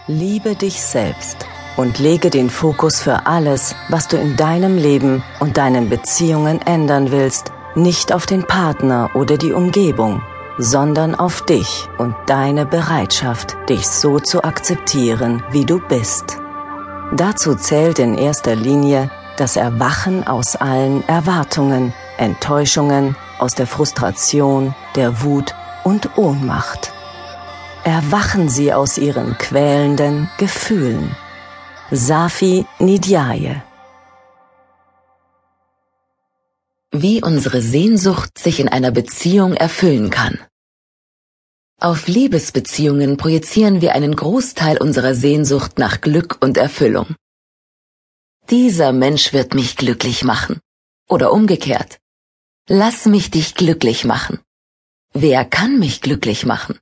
Liebe dich selbst und lege den Fokus für alles, was du in deinem Leben und deinen Beziehungen ändern willst, nicht auf den Partner oder die Umgebung, sondern auf dich und deine Bereitschaft, dich so zu akzeptieren, wie du bist. Dazu zählt in erster Linie das Erwachen aus allen Erwartungen, Enttäuschungen, aus der Frustration, der Wut und Ohnmacht. Erwachen Sie aus Ihren quälenden Gefühlen. Safi Nidjaye. Wie unsere Sehnsucht sich in einer Beziehung erfüllen kann. Auf Liebesbeziehungen projizieren wir einen Großteil unserer Sehnsucht nach Glück und Erfüllung. Dieser Mensch wird mich glücklich machen. Oder umgekehrt. Lass mich dich glücklich machen. Wer kann mich glücklich machen?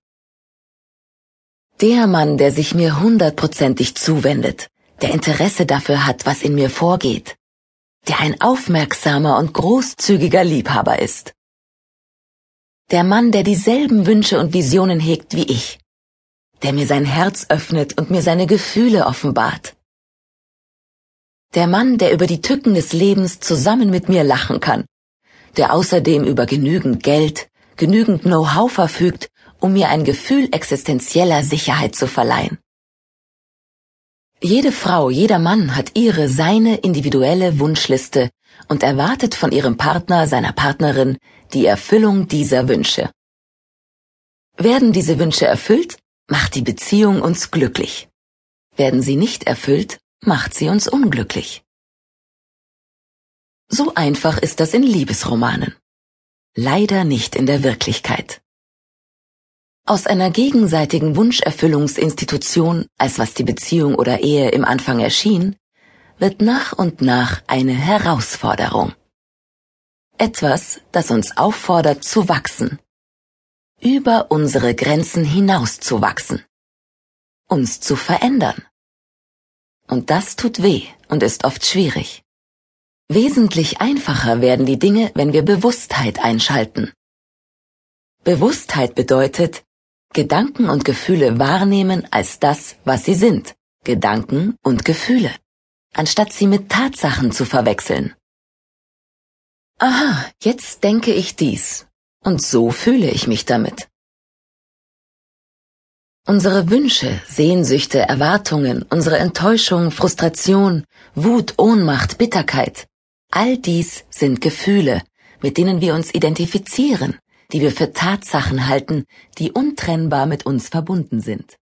Der Mann, der sich mir 100%ig zuwendet, der Interesse dafür hat, was in mir vorgeht, der ein aufmerksamer und großzügiger Liebhaber ist. Der Mann, der dieselben Wünsche und Visionen hegt wie ich, der mir sein Herz öffnet und mir seine Gefühle offenbart. Der Mann, der über die Tücken des Lebens zusammen mit mir lachen kann, der außerdem über genügend Geld, genügend Know-how verfügt, um mir ein Gefühl existenzieller Sicherheit zu verleihen. Jede Frau, jeder Mann hat seine individuelle Wunschliste und erwartet von ihrem Partner, seiner Partnerin, die Erfüllung dieser Wünsche. Werden diese Wünsche erfüllt, macht die Beziehung uns glücklich. Werden sie nicht erfüllt, macht sie uns unglücklich. So einfach ist das in Liebesromanen. Leider nicht in der Wirklichkeit. Aus einer gegenseitigen Wunscherfüllungsinstitution, als was die Beziehung oder Ehe im Anfang erschien, wird nach und nach eine Herausforderung. Etwas, das uns auffordert zu wachsen, über unsere Grenzen hinaus zu wachsen, uns zu verändern. Und das tut weh und ist oft schwierig. Wesentlich einfacher werden die Dinge, wenn wir Bewusstheit einschalten. Bewusstheit bedeutet, Gedanken und Gefühle wahrnehmen als das, was sie sind, Gedanken und Gefühle, anstatt sie mit Tatsachen zu verwechseln. Aha, jetzt denke ich dies, und so fühle ich mich damit. Unsere Wünsche, Sehnsüchte, Erwartungen, unsere Enttäuschung, Frustration, Wut, Ohnmacht, Bitterkeit, all dies sind Gefühle, mit denen wir uns identifizieren, die wir für Tatsachen halten, die untrennbar mit uns verbunden sind.